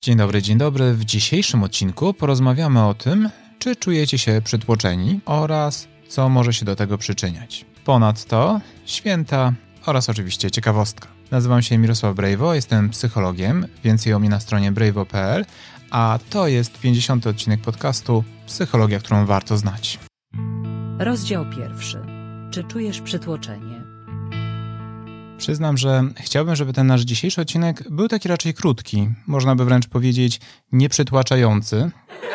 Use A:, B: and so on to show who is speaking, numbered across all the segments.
A: Dzień dobry, dzień dobry. W dzisiejszym odcinku porozmawiamy o tym, czy czujecie się przytłoczeni oraz co może się do tego przyczyniać. Ponadto święta oraz oczywiście ciekawostka. Nazywam się Mirosław Brejwo, jestem psychologiem, więcej o mnie na stronie brejwo.pl, a to jest 50. odcinek podcastu Psychologia, którą warto znać.
B: Rozdział 1. Czy czujesz przytłoczenie?
A: Przyznam, że chciałbym, żeby ten nasz dzisiejszy odcinek był taki raczej krótki, można by wręcz powiedzieć nieprzytłaczający.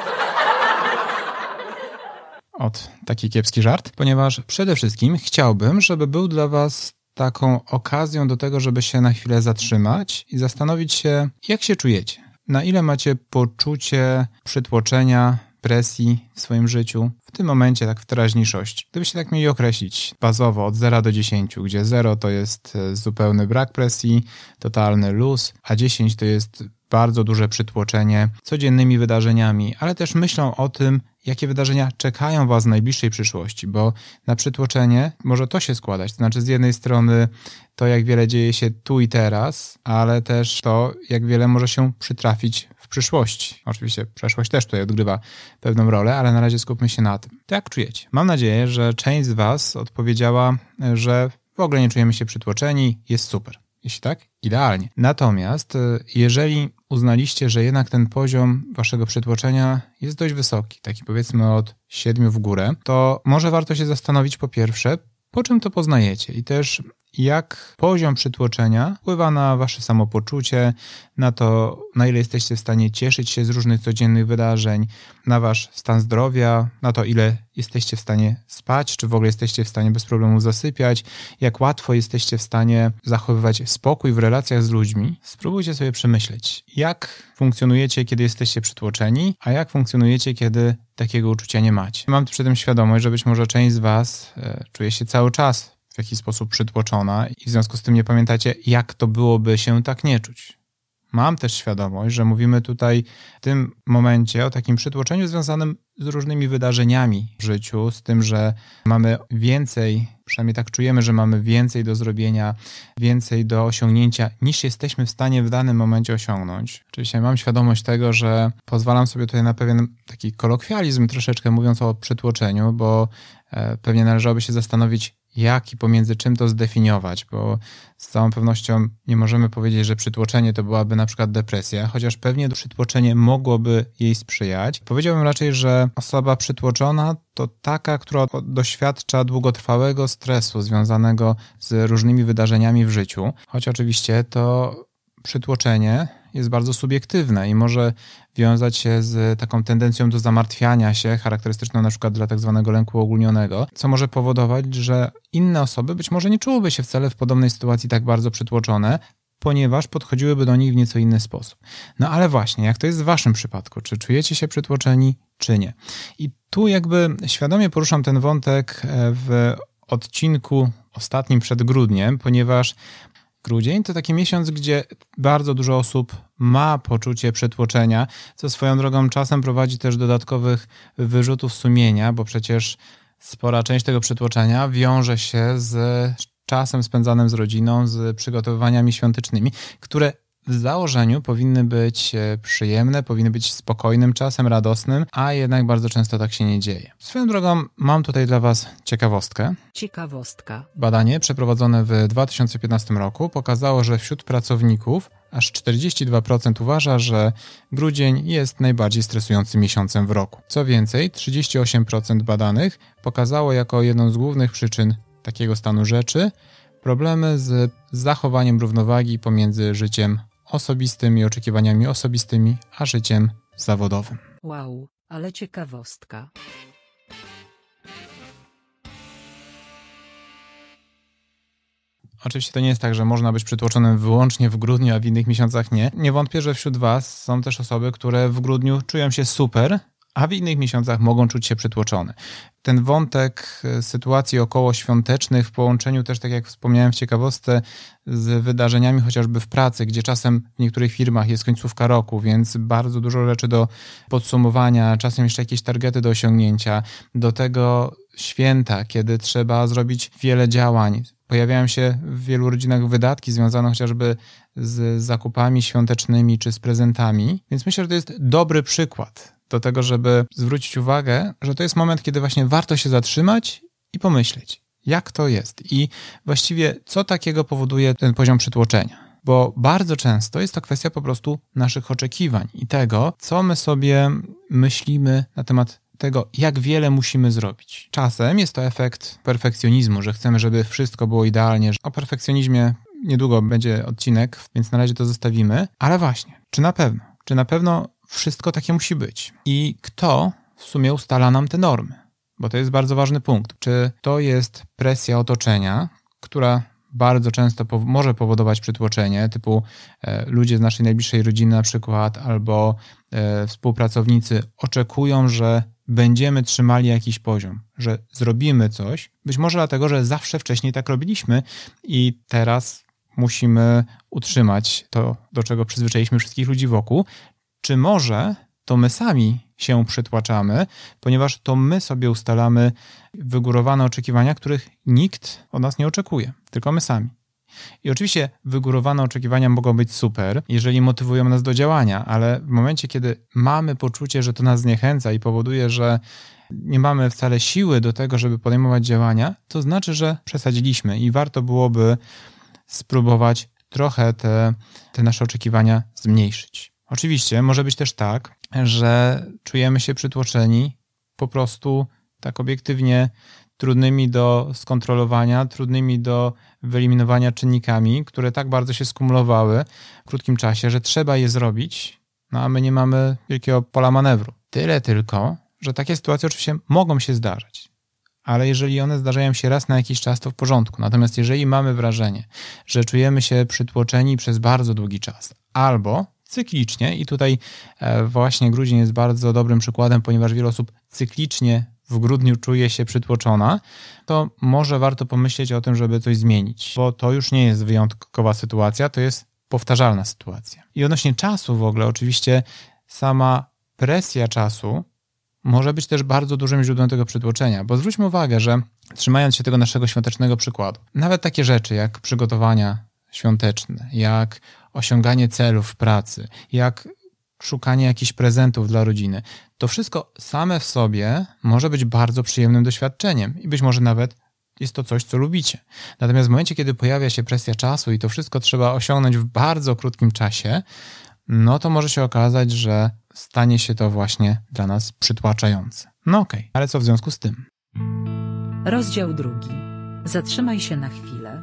A: Taki kiepski żart, ponieważ przede wszystkim chciałbym, żeby był dla Was taką okazją do tego, żeby się na chwilę zatrzymać i zastanowić się, jak się czujecie. Na ile macie poczucie przytłoczenia, presji w swoim życiu, w tym momencie, tak w teraźniejszości. Gdybyście tak mieli określić bazowo od 0 do 10, gdzie 0 to jest zupełny brak presji, totalny luz, a 10 to jest bardzo duże przytłoczenie codziennymi wydarzeniami, ale też myślą o tym, jakie wydarzenia czekają Was w najbliższej przyszłości, bo na przytłoczenie może to się składać. To znaczy z jednej strony to, jak wiele dzieje się tu i teraz, ale też to, jak wiele może się przytrafić w przyszłości. Oczywiście przeszłość też tutaj odgrywa pewną rolę, ale na razie skupmy się na tym. To jak czujecie? Mam nadzieję, że część z Was odpowiedziała, że w ogóle nie czujemy się przytłoczeni, jest super. Jeśli tak, idealnie. Natomiast jeżeli uznaliście, że jednak ten poziom waszego przytłoczenia jest dość wysoki, taki powiedzmy od 7 w górę, to może warto się zastanowić po pierwsze, po czym to poznajecie i też jak poziom przytłoczenia wpływa na wasze samopoczucie, na to, na ile jesteście w stanie cieszyć się z różnych codziennych wydarzeń, na wasz stan zdrowia, na to, ile jesteście w stanie spać, czy w ogóle jesteście w stanie bez problemu zasypiać, jak łatwo jesteście w stanie zachowywać spokój w relacjach z ludźmi. Spróbujcie sobie przemyśleć, jak funkcjonujecie, kiedy jesteście przytłoczeni, a jak funkcjonujecie, kiedy takiego uczucia nie macie. Mam przy tym świadomość, że być może część z was czuje się cały czas w jakiś sposób przytłoczona i w związku z tym nie pamiętacie, jak to byłoby się tak nie czuć. Mam też świadomość, że mówimy tutaj w tym momencie o takim przytłoczeniu związanym z różnymi wydarzeniami w życiu, z tym, że mamy więcej, przynajmniej tak czujemy, że mamy więcej do zrobienia, więcej do osiągnięcia, niż jesteśmy w stanie w danym momencie osiągnąć. Oczywiście mam świadomość tego, że pozwalam sobie tutaj na pewien taki kolokwializm troszeczkę mówiąc o przytłoczeniu, bo pewnie należałoby się zastanowić, jak i pomiędzy czym to zdefiniować, bo z całą pewnością nie możemy powiedzieć, że przytłoczenie to byłaby na przykład depresja, chociaż pewnie przytłoczenie mogłoby jej sprzyjać. Powiedziałbym raczej, że osoba przytłoczona to taka, która doświadcza długotrwałego stresu związanego z różnymi wydarzeniami w życiu, choć oczywiście to przytłoczenie jest bardzo subiektywne i może wiązać się z taką tendencją do zamartwiania się, charakterystyczną na przykład dla tak zwanego lęku ogólnionego, co może powodować, że inne osoby być może nie czułyby się wcale w podobnej sytuacji tak bardzo przytłoczone, ponieważ podchodziłyby do nich w nieco inny sposób. No ale właśnie, jak to jest w waszym przypadku? Czy czujecie się przytłoczeni, czy nie? I tu jakby świadomie poruszam ten wątek w odcinku ostatnim przed grudniem, ponieważ grudzień to taki miesiąc, gdzie bardzo dużo osób ma poczucie przytłoczenia, co swoją drogą czasem prowadzi też dodatkowych wyrzutów sumienia, bo przecież spora część tego przytłoczenia wiąże się z czasem spędzanym z rodziną, z przygotowaniami świątecznymi, które w założeniu powinny być przyjemne, powinny być spokojnym czasem, radosnym, a jednak bardzo często tak się nie dzieje. Swoją drogą mam tutaj dla Was ciekawostkę. Badanie przeprowadzone w 2015 roku pokazało, że wśród pracowników aż 42% uważa, że grudzień jest najbardziej stresującym miesiącem w roku. Co więcej, 38% badanych pokazało jako jedną z głównych przyczyn takiego stanu rzeczy problemy z zachowaniem równowagi pomiędzy życiem osobistym i oczekiwaniami osobistymi, a życiem zawodowym.
B: Wow, ale ciekawostka.
A: Oczywiście to nie jest tak, że można być przytłoczonym wyłącznie w grudniu, a w innych miesiącach nie. Nie wątpię, że wśród Was są też osoby, które w grudniu czują się super, a w innych miesiącach mogą czuć się przytłoczone. Ten wątek sytuacji okołoświątecznych w połączeniu też, tak jak wspomniałem w ciekawostce, z wydarzeniami chociażby w pracy, gdzie czasem w niektórych firmach jest końcówka roku, więc bardzo dużo rzeczy do podsumowania, czasem jeszcze jakieś targety do osiągnięcia, do tego święta, kiedy trzeba zrobić wiele działań, Pojawiają się w wielu rodzinach wydatki związane chociażby z zakupami świątecznymi czy z prezentami, więc myślę, że to jest dobry przykład do tego, żeby zwrócić uwagę, że to jest moment, kiedy właśnie warto się zatrzymać i pomyśleć, jak to jest i właściwie co takiego powoduje ten poziom przytłoczenia. Bo bardzo często jest to kwestia po prostu naszych oczekiwań i tego, co my sobie myślimy na temat tego, jak wiele musimy zrobić. Czasem jest to efekt perfekcjonizmu, że chcemy, żeby wszystko było idealnie. O perfekcjonizmie niedługo będzie odcinek, więc na razie to zostawimy. Ale właśnie, czy na pewno wszystko takie musi być? I kto w sumie ustala nam te normy? Bo to jest bardzo ważny punkt. Czy to jest presja otoczenia, która bardzo często może powodować przytłoczenie, typu ludzie z naszej najbliższej rodziny na przykład, albo współpracownicy oczekują, że będziemy trzymali jakiś poziom, że zrobimy coś, być może dlatego, że zawsze wcześniej tak robiliśmy i teraz musimy utrzymać to, do czego przyzwyczailiśmy wszystkich ludzi wokół, czy może to my sami się przytłaczamy, ponieważ to my sobie ustalamy wygórowane oczekiwania, których nikt od nas nie oczekuje, tylko my sami. I oczywiście wygórowane oczekiwania mogą być super, jeżeli motywują nas do działania, ale w momencie, kiedy mamy poczucie, że to nas zniechęca i powoduje, że nie mamy wcale siły do tego, żeby podejmować działania, to znaczy, że przesadziliśmy i warto byłoby spróbować trochę te nasze oczekiwania zmniejszyć. Oczywiście może być też tak, że czujemy się przytłoczeni po prostu tak obiektywnie trudnymi do skontrolowania, trudnymi do wyeliminowania czynnikami, które tak bardzo się skumulowały w krótkim czasie, że trzeba je zrobić, no a my nie mamy wielkiego pola manewru. Tyle tylko, że takie sytuacje oczywiście mogą się zdarzać, ale jeżeli one zdarzają się raz na jakiś czas, to w porządku. Natomiast jeżeli mamy wrażenie, że czujemy się przytłoczeni przez bardzo długi czas, albo cyklicznie, i tutaj właśnie grudzień jest bardzo dobrym przykładem, ponieważ wiele osób cyklicznie w grudniu czuje się przytłoczona, to może warto pomyśleć o tym, żeby coś zmienić, bo to już nie jest wyjątkowa sytuacja, to jest powtarzalna sytuacja. I odnośnie czasu w ogóle, oczywiście sama presja czasu może być też bardzo dużym źródłem tego przytłoczenia, bo zwróćmy uwagę, że trzymając się tego naszego świątecznego przykładu, nawet takie rzeczy jak przygotowania świąteczne, jak osiąganie celów w pracy, jak szukanie jakichś prezentów dla rodziny, to wszystko same w sobie może być bardzo przyjemnym doświadczeniem i być może nawet jest to coś, co lubicie. Natomiast w momencie, kiedy pojawia się presja czasu i to wszystko trzeba osiągnąć w bardzo krótkim czasie, no to może się okazać, że stanie się to właśnie dla nas przytłaczające. No okej, ale co w związku z tym?
B: Rozdział 2. Zatrzymaj się na chwilę.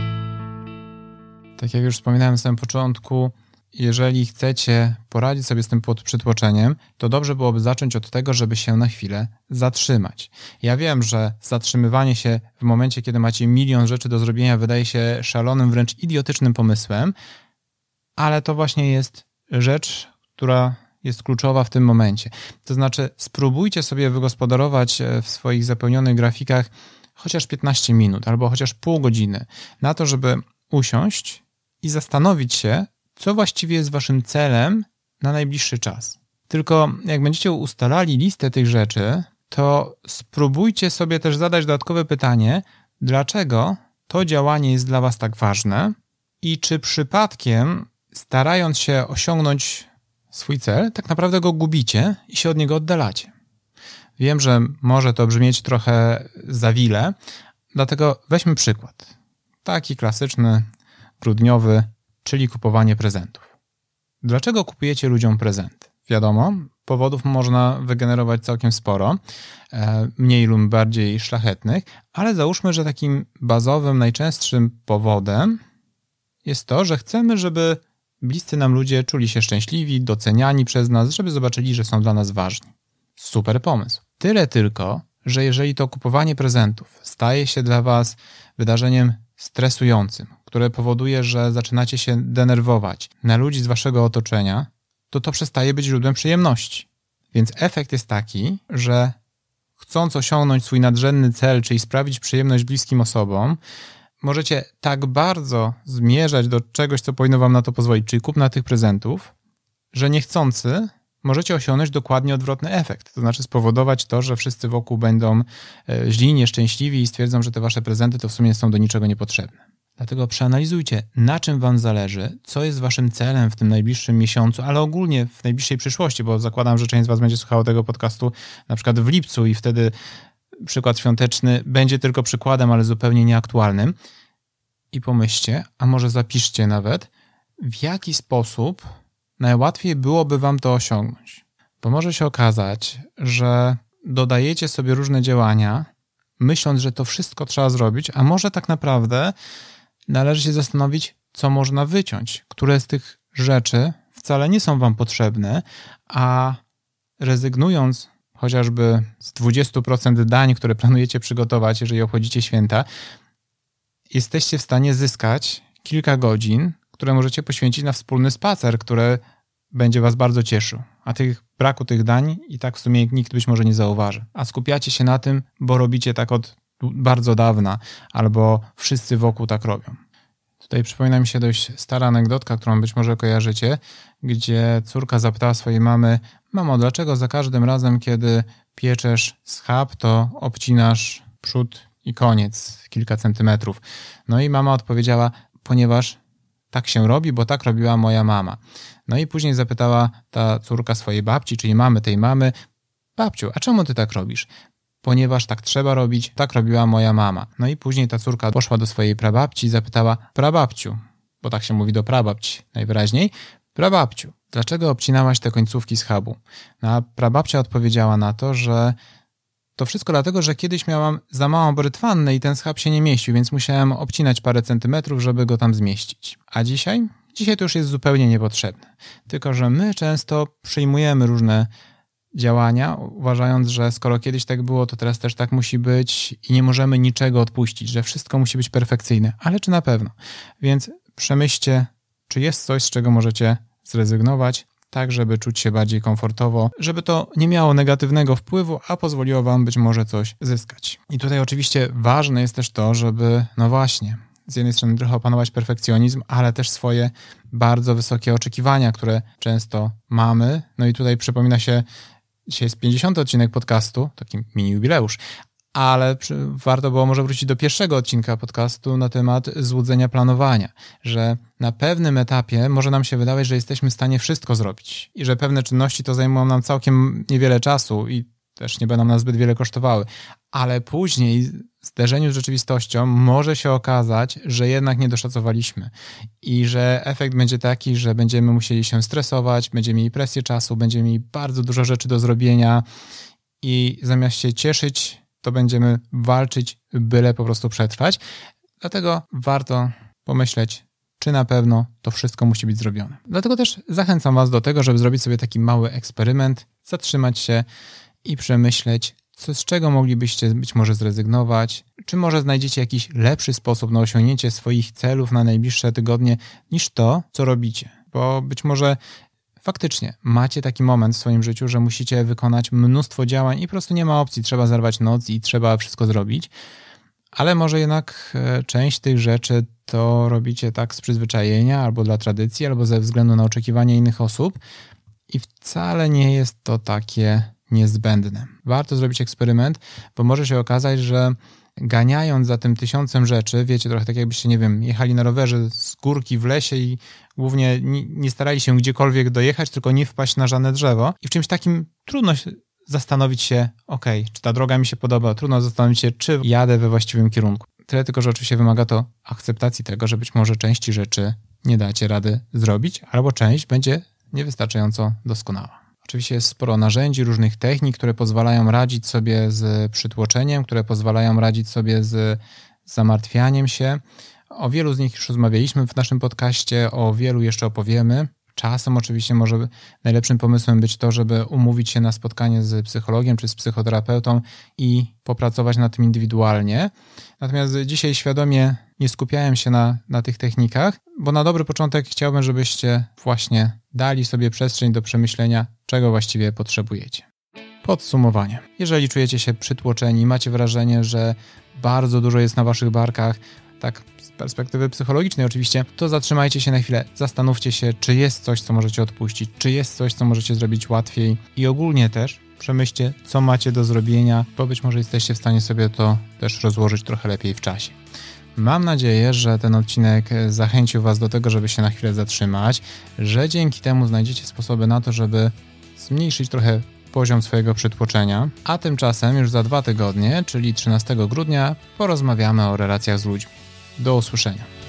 A: Tak jak już wspominałem na samym początku, jeżeli chcecie poradzić sobie z tym przytłoczeniem, to dobrze byłoby zacząć od tego, żeby się na chwilę zatrzymać. Ja wiem, że zatrzymywanie się w momencie, kiedy macie milion rzeczy do zrobienia, wydaje się szalonym, wręcz idiotycznym pomysłem, ale to właśnie jest rzecz, która jest kluczowa w tym momencie. To znaczy, spróbujcie sobie wygospodarować w swoich zapełnionych grafikach chociaż 15 minut albo chociaż pół godziny na to, żeby usiąść i zastanowić się, co właściwie jest waszym celem na najbliższy czas. Tylko jak będziecie ustalali listę tych rzeczy, to spróbujcie sobie też zadać dodatkowe pytanie, dlaczego to działanie jest dla was tak ważne i czy przypadkiem, starając się osiągnąć swój cel, tak naprawdę go gubicie i się od niego oddalacie. Wiem, że może to brzmieć trochę zawile, dlatego weźmy przykład. Taki klasyczny, grudniowy, czyli kupowanie prezentów. Dlaczego kupujecie ludziom prezenty? Wiadomo, powodów można wygenerować całkiem sporo, mniej lub bardziej szlachetnych, ale załóżmy, że takim bazowym, najczęstszym powodem jest to, że chcemy, żeby bliscy nam ludzie czuli się szczęśliwi, doceniani przez nas, żeby zobaczyli, że są dla nas ważni. Super pomysł. Tyle tylko, że jeżeli to kupowanie prezentów staje się dla was wydarzeniem stresującym, które powoduje, że zaczynacie się denerwować na ludzi z waszego otoczenia, to przestaje być źródłem przyjemności. Więc efekt jest taki, że chcąc osiągnąć swój nadrzędny cel, czyli sprawić przyjemność bliskim osobom, możecie tak bardzo zmierzać do czegoś, co powinno wam na to pozwolić, czyli kupna tych prezentów, że niechcący możecie osiągnąć dokładnie odwrotny efekt. To znaczy spowodować to, że wszyscy wokół będą źli, nieszczęśliwi i stwierdzą, że te wasze prezenty to w sumie są do niczego niepotrzebne. Dlatego przeanalizujcie, na czym wam zależy, co jest waszym celem w tym najbliższym miesiącu, ale ogólnie w najbliższej przyszłości, bo zakładam, że część z was będzie słuchało tego podcastu na przykład w lipcu i wtedy przykład świąteczny będzie tylko przykładem, ale zupełnie nieaktualnym. I pomyślcie, a może zapiszcie nawet, w jaki sposób najłatwiej byłoby wam to osiągnąć. Bo może się okazać, że dodajecie sobie różne działania, myśląc, że to wszystko trzeba zrobić, a może tak naprawdę należy się zastanowić, co można wyciąć, które z tych rzeczy wcale nie są wam potrzebne, a rezygnując chociażby z 20% dań, które planujecie przygotować, jeżeli obchodzicie święta, jesteście w stanie zyskać kilka godzin, które możecie poświęcić na wspólny spacer, który będzie was bardzo cieszył. A braku tych dań i tak w sumie nikt być może nie zauważy. A skupiacie się na tym, bo robicie tak od bardzo dawna, albo wszyscy wokół tak robią. Tutaj przypomina mi się dość stara anegdotka, którą być może kojarzycie, gdzie córka zapytała swojej mamy: mamo, dlaczego za każdym razem, kiedy pieczesz schab, to obcinasz przód i koniec, kilka centymetrów? No i mama odpowiedziała: ponieważ tak się robi, bo tak robiła moja mama. No i później zapytała ta córka swojej babci, czyli mamy tej mamy: babciu, a czemu ty tak robisz? Ponieważ tak trzeba robić, tak robiła moja mama. No i później ta córka poszła do swojej prababci i zapytała: prababciu, bo tak się mówi do prababci najwyraźniej, prababciu, dlaczego obcinałaś te końcówki schabu? No a prababcia odpowiedziała na to, że to wszystko dlatego, że kiedyś miałam za małą brytwannę i ten schab się nie mieścił, więc musiałem obcinać parę centymetrów, żeby go tam zmieścić. A dzisiaj? Dzisiaj to już jest zupełnie niepotrzebne. Tylko że my często przyjmujemy różne działania, uważając, że skoro kiedyś tak było, to teraz też tak musi być i nie możemy niczego odpuścić, że wszystko musi być perfekcyjne. Ale czy na pewno? Więc przemyślcie, czy jest coś, z czego możecie zrezygnować, tak żeby czuć się bardziej komfortowo, żeby to nie miało negatywnego wpływu, a pozwoliło wam być może coś zyskać. I tutaj oczywiście ważne jest też to, żeby, no właśnie, z jednej strony trochę opanować perfekcjonizm, ale też swoje bardzo wysokie oczekiwania, które często mamy. No i tutaj przypomina się, dzisiaj jest 50. odcinek podcastu, taki mini jubileusz, ale warto było może wrócić do pierwszego odcinka podcastu na temat złudzenia planowania, że na pewnym etapie może nam się wydawać, że jesteśmy w stanie wszystko zrobić i że pewne czynności to zajmują nam całkiem niewiele czasu i też nie będą nas zbyt wiele kosztowały, ale później w zderzeniu z rzeczywistością może się okazać, że jednak nie doszacowaliśmy i że efekt będzie taki, że będziemy musieli się stresować, będziemy mieli presję czasu, będziemy mieli bardzo dużo rzeczy do zrobienia i zamiast się cieszyć, to będziemy walczyć, byle po prostu przetrwać. Dlatego warto pomyśleć, czy na pewno to wszystko musi być zrobione. Dlatego też zachęcam was do tego, żeby zrobić sobie taki mały eksperyment, zatrzymać się i przemyśleć, z czego moglibyście być może zrezygnować, czy może znajdziecie jakiś lepszy sposób na osiągnięcie swoich celów na najbliższe tygodnie niż to, co robicie. Bo być może faktycznie macie taki moment w swoim życiu, że musicie wykonać mnóstwo działań i po prostu nie ma opcji, trzeba zerwać noc i trzeba wszystko zrobić, ale może jednak część tych rzeczy to robicie tak z przyzwyczajenia, albo dla tradycji, albo ze względu na oczekiwania innych osób i wcale nie jest to takie niezbędne. Warto zrobić eksperyment, bo może się okazać, że ganiając za tym 1000 rzeczy, wiecie, trochę tak jakbyście, nie wiem, jechali na rowerze z górki w lesie i głównie nie starali się gdziekolwiek dojechać, tylko nie wpaść na żadne drzewo. I w czymś takim trudno zastanowić się, czy ta droga mi się podoba, trudno zastanowić się, czy jadę we właściwym kierunku. Tyle tylko, że oczywiście wymaga to akceptacji tego, że być może części rzeczy nie dacie rady zrobić, albo część będzie niewystarczająco doskonała. Oczywiście jest sporo narzędzi, różnych technik, które pozwalają radzić sobie z przytłoczeniem, które pozwalają radzić sobie z zamartwianiem się. O wielu z nich już rozmawialiśmy w naszym podcaście, o wielu jeszcze opowiemy. Czasem oczywiście może najlepszym pomysłem być to, żeby umówić się na spotkanie z psychologiem czy z psychoterapeutą i popracować nad tym indywidualnie. Natomiast dzisiaj świadomie nie skupiałem się na tych technikach, bo na dobry początek chciałbym, żebyście właśnie dali sobie przestrzeń do przemyślenia, czego właściwie potrzebujecie. Podsumowanie. Jeżeli czujecie się przytłoczeni, macie wrażenie, że bardzo dużo jest na waszych barkach, tak perspektywy psychologicznej oczywiście, to zatrzymajcie się na chwilę, zastanówcie się, czy jest coś, co możecie odpuścić, czy jest coś, co możecie zrobić łatwiej i ogólnie też przemyślcie, co macie do zrobienia, bo być może jesteście w stanie sobie to też rozłożyć trochę lepiej w czasie. Mam nadzieję, że ten odcinek zachęcił Was do tego, żeby się na chwilę zatrzymać, że dzięki temu znajdziecie sposoby na to, żeby zmniejszyć trochę poziom swojego przytłoczenia, a tymczasem już za 2 tygodnie, czyli 13 grudnia, porozmawiamy o relacjach z ludźmi. Do usłyszenia.